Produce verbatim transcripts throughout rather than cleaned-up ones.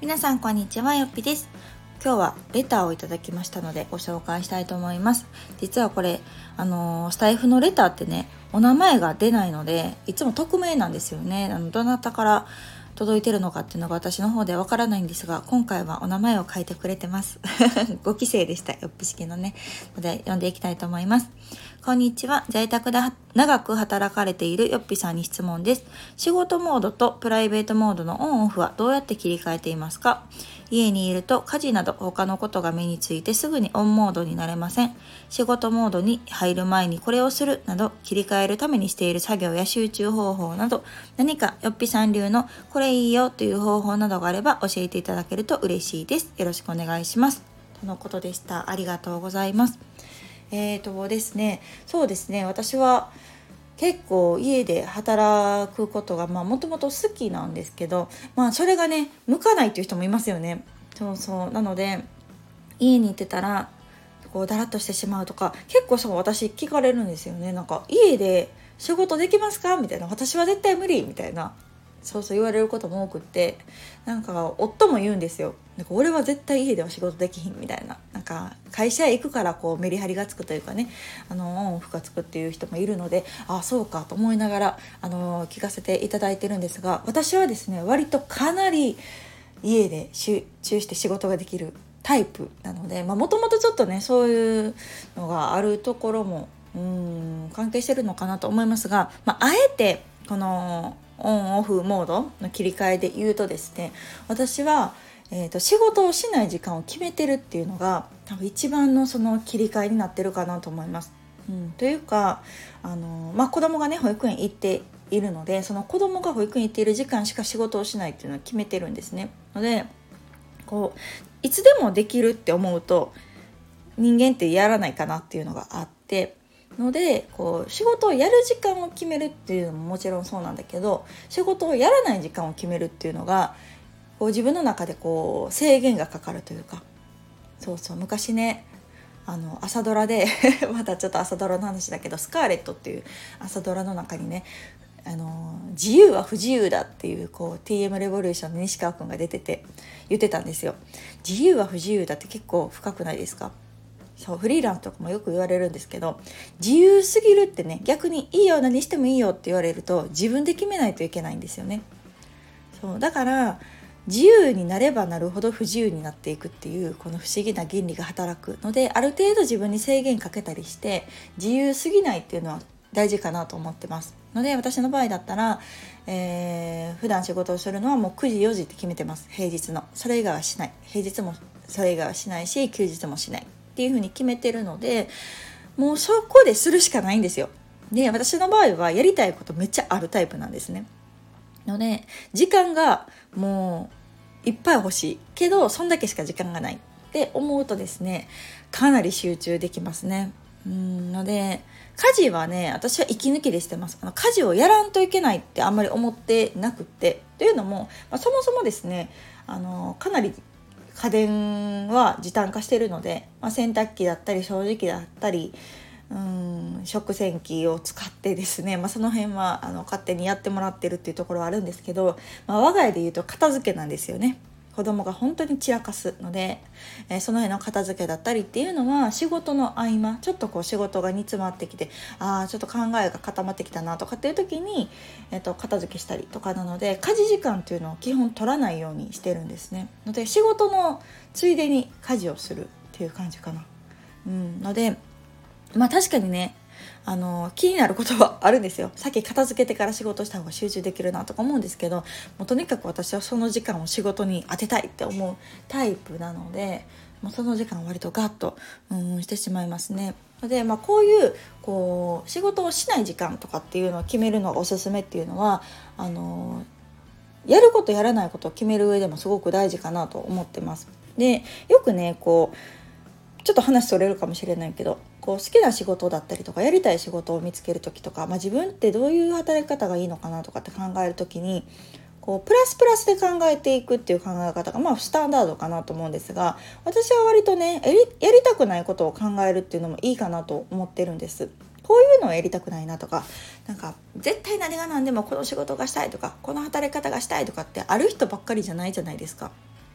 皆さんこんにちは、よっぴです。今日はレターをいただきましたのでご紹介したいと思います。実はこれあのー、スタイフのレターってね、お名前が出ないのでいつも匿名なんですよね。あのどなたから届いてるのかっていうのが私の方でわからないんですが、今回はお名前を書いてくれてますご期生でした、よっぴ式のね。ので読んでいきたいと思います。こんにちは。在宅で長く働かれているよっぴさんに質問です。仕事モードとプライベートモードのオンオフはどうやって切り替えていますか？家にいると家事など他のことが目についてすぐにオンモードになれません。仕事モードに入る前にこれをするなど切り替えるためにしている作業や集中方法など、何かよっぴさん流のこれいいよという方法などがあれば教えていただけると嬉しいです。よろしくお願いします。とのことでした。ありがとうございます。えーとですね、そうですね、私は結構家で働くことがもともと好きなんですけど、まあそれがね向かないという人もいますよね。そうそう、なので家に行ってたらこうだらっとしてしまうとか、結構そう私聞かれるんですよね。なんか家で仕事できますかみたいな、私は絶対無理みたいな、そうそう言われることも多くって、なんか夫も言うんですよ。なんか俺は絶対家では仕事できひんみたいな、なんか会社へ行くからこうメリハリがつくというかね、あのオンオフがつくっていう人もいるので、あそうかと思いながらあの聞かせていただいてるんですが、私はですね割とかなり家で集中して仕事ができるタイプなので、もともとちょっとねそういうのがあるところもうーん関係してるのかなと思いますが、まあ、あえてこのオンオフモードの切り替えで言うとですね、私は、えーと、仕事をしない時間を決めてるっていうのが多分一番のその切り替えになってるかなと思います。うん、というかあの、まあ、子供がね保育園行っているので、その子供が保育園行っている時間しか仕事をしないっていうのを決めてるんですね。のでこういつでもできるって思うと人間ってやらないかなっていうのがあってので、こう仕事をやる時間を決めるっていうのももちろんそうなんだけど、仕事をやらない時間を決めるっていうのがこう自分の中でこう制限がかかるというか、そうそう昔ねあの朝ドラでまだちょっと朝ドラの話だけど、スカーレットっていう朝ドラの中にね、あの自由は不自由だっていう、こう ティーエム レボリューションの西川くんが出てて言ってたんですよ。自由は不自由だって結構深くないですか？そうフリーランスとかもよく言われるんですけど、自由すぎるってね、逆にいいよ何してもいいよって言われると自分で決めないといけないんですよね。そうだから自由になればなるほど不自由になっていくっていう、この不思議な原理が働くので、ある程度自分に制限かけたりして自由すぎないっていうのは大事かなと思ってますので、私の場合だったら、えー、普段仕事をするのはもうくじよじって決めてます。平日のそれ以外はしない、平日もそれ以外はしないし休日もしないっていう風に決めてるので、もうそこでするしかないんですよ。で私の場合はやりたいことめっちゃあるタイプなんですね。ので時間がもういっぱい欲しいけどそんだけしか時間がないって思うとですね、かなり集中できますね。うんので家事はね、私は息抜きでしてます。あの家事をやらんといけないってあんまり思ってなくって、というのも、まあ、そもそもですねあのかなり家電は時短化しているので、まあ、洗濯機だったり掃除機だったりうん食洗機を使ってですね、まあ、その辺はあの勝手にやってもらってるっていうところはあるんですけど、まあ、我が家で言うと片付けなんですよね。子供が本当に散らかすので、えー、その辺の片付けだったりっていうのは仕事の合間、ちょっとこう仕事が煮詰まってきて、あーちょっと考えが固まってきたなとかっていう時に、えー、と片付けしたりとかなので、家事時間っていうのを基本取らないようにしてるんですね。ので仕事のついでに家事をするっていう感じかな。うんのでまあ確かにね、あの気になることはあるんですよ。さっき片付けてから仕事した方が集中できるなとか思うんですけど、もうとにかく私はその時間を仕事に当てたいって思うタイプなので、もうその時間を割とガッとうんしてしまいますね。で、まあ、こういうこう仕事をしない時間とかっていうのを決めるのがおすすめっていうのは、あのやることやらないことを決める上でもすごく大事かなと思ってます。で、よくねこうちょっと話それるかもしれないけど、こう好きな仕事だったりとかやりたい仕事を見つけるときとか、まあ、自分ってどういう働き方がいいのかなとかって考えるときに、こうプラスプラスで考えていくっていう考え方がまあスタンダードかなと思うんですが、私は割とねやり、やりたくないことを考えるっていうのもいいかなと思ってるんです。こういうのをやりたくないなとか、なんか絶対何が何でもこの仕事がしたいとかこの働き方がしたいとかってある人ばっかりじゃないじゃないですか。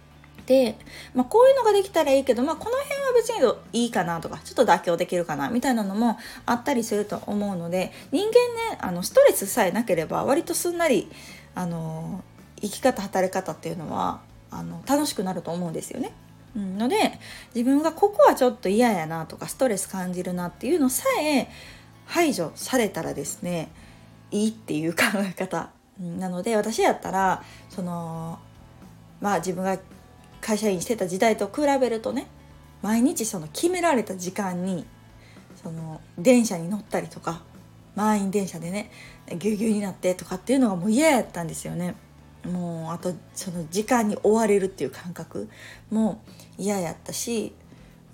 で、まあ、こういうのができたらいいけど、まあ、この辺は別にいいかなとか、ちょっと妥協できるかなみたいなのもあったりすると思うので、人間ね、あのストレスさえなければ割とすんなりあの生き方働き方っていうのはあの楽しくなると思うんですよね。うん、ので自分がここはちょっと嫌やなとかストレス感じるなっていうのさえ排除されたらですね、いいっていう考え方、うん、なので私やったらそのまあ自分が会社員してた時代と比べるとね、毎日その決められた時間にその電車に乗ったりとか、満員電車でねぎゅうぎゅうになってとかっていうのがもう嫌やったんですよね。もうあとその時間に追われるっていう感覚も嫌やったし、うん、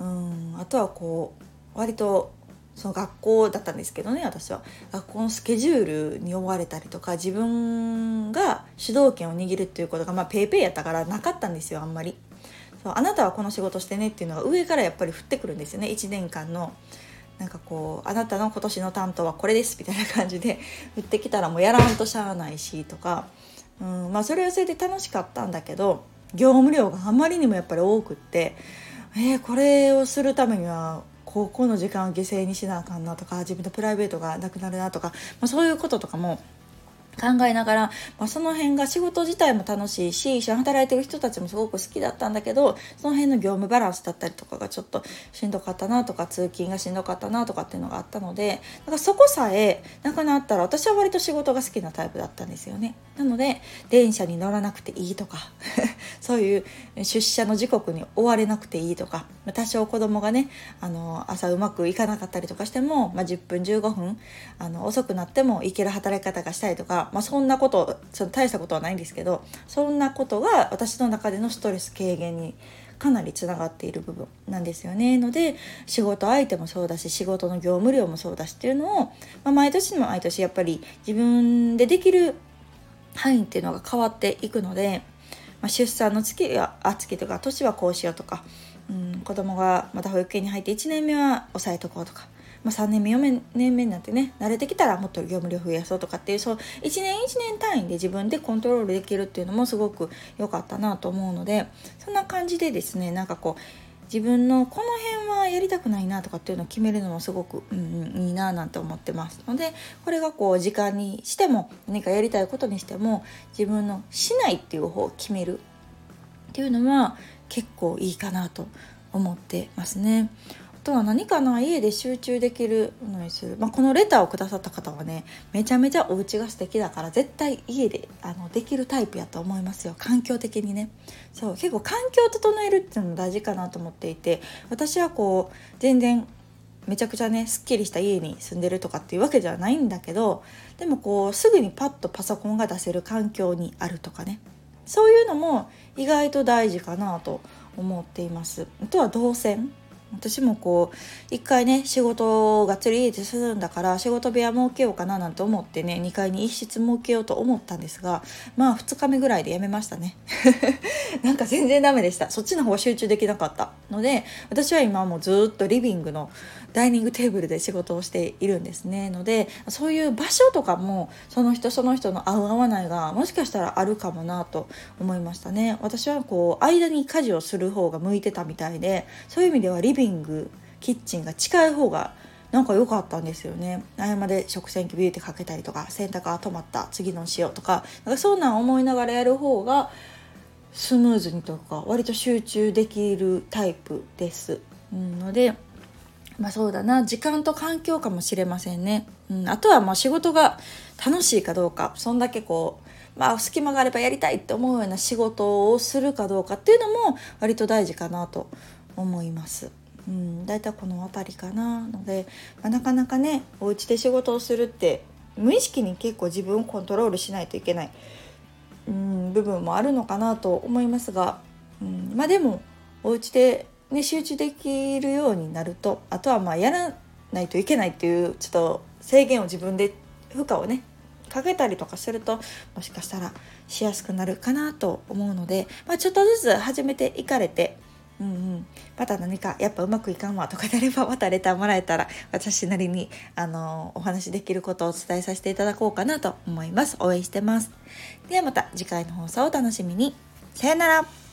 あとはこう割とその学校だったんですけどね、私は学校のスケジュールに追われたりとか、自分が主導権を握るっていうことがまあペイペイやったからなかったんですよ。あんまりそう、あなたはこの仕事してねっていうのが上からやっぱり降ってくるんですよね。いちねんかんのなんかこう、あなたの今年の担当はこれですみたいな感じで降ってきたらもうやらんとしゃあないしとか、うん、まあそれはそれで楽しかったんだけど、業務量があまりにもやっぱり多くって、えー、これをするためには高校の時間を犠牲にしなあかんなとか、自分のプライベートがなくなるなとか、まあ、そういうこととかも考えながら、まあ、その辺が仕事自体も楽しいし、一緒に働いてる人たちもすごく好きだったんだけど、その辺の業務バランスだったりとかがちょっとしんどかったなとか、通勤がしんどかったなとかっていうのがあったので、だからそこさえなくなったら私は割と仕事が好きなタイプだったんですよね。なので電車に乗らなくていいとかそういう出社の時刻に追われなくていいとか、多少子供がねあの朝うまくいかなかったりとかしても、まあ、じゅっぷんじゅうごふんあの遅くなっても行ける働き方がしたりとか、まあ、そんなことその大したことはないんですけど、そんなことが私の中でのストレス軽減にかなりつながっている部分なんですよね。ので仕事相手もそうだし、仕事の業務量もそうだしっていうのを、まあ、毎年毎年やっぱり自分でできる範囲っていうのが変わっていくので、まあ、出産の月やあ月とか年はこうしようとか、うん、子供がまた保育園に入っていちねんめは抑えとこうとか、まあ、さんねんめよねんめになってね慣れてきたらもっと業務量増やそうとかっていう、そういちねんいちねん単位で自分でコントロールできるっていうのもすごく良かったなと思うので、そんな感じでですね、なんかこう自分のこの辺はやりたくないなとかっていうのを決めるのもすごく、うんうん、いいななんて思ってますので、これがこう時間にしても何かやりたいことにしても自分のしないっていう方を決めるっていうのは結構いいかなと思ってますね。あとは何かな、家で集中できるのにする、まあ、このレターをくださった方はねめちゃめちゃお家が素敵だから絶対家であのできるタイプやと思いますよ。環境的にね、そう結構環境を整えるっていうのも大事かなと思っていて、私はこう全然めちゃくちゃねすっきりした家に住んでるとかっていうわけじゃないんだけど、でもこうすぐにパッとパソコンが出せる環境にあるとかね、そういうのも意外と大事かなと思っています。あとは動線、私もこう一回ね仕事をがっつり家でするんだから仕事部屋設けようかななんて思ってねにかいに一室設けようと思ったんですが、まあふつかめぐらいでやめましたねなんか全然ダメでした。そっちの方が集中できなかったので、私は今もうずっとリビングのダイニングテーブルで仕事をしているんですね。のでそういう場所とかもその人その人の合う合わないがもしかしたらあるかもなと思いましたね。私はこう間に家事をする方が向いてたみたいで、そういう意味ではリビングキッチンが近い方がなんか良かったんですよね。合間で食洗機ビューってかけたりとか、洗濯が止まった次のしようとか、なんかそんなん思いながらやる方がスムーズにとか割と集中できるタイプです、うん、のでまあそうだな、時間と環境かもしれませんね、うん、あとはまあ仕事が楽しいかどうか、そんだけこう、まあ、隙間があればやりたいって思うような仕事をするかどうかっていうのも割と大事かなと思います、うん、だいたいこのあたりかな。ので、まあ、なかなかねお家で仕事をするって無意識に結構自分をコントロールしないといけない、うん、部分もあるのかなと思いますが、うん、まあでもお家でね、集中できるようになると、あとはまあやらないといけないっていうちょっと制限を自分で負荷をねかけたりとかするともしかしたらしやすくなるかなと思うので、まあ、ちょっとずつ始めていかれて、うんうん、また何かやっぱうまくいかんわとかであればまたレターもらえたら私なりにあのお話できることをお伝えさせていただこうかなと思います。応援してます。ではまた次回の放送をお楽しみに。さよなら。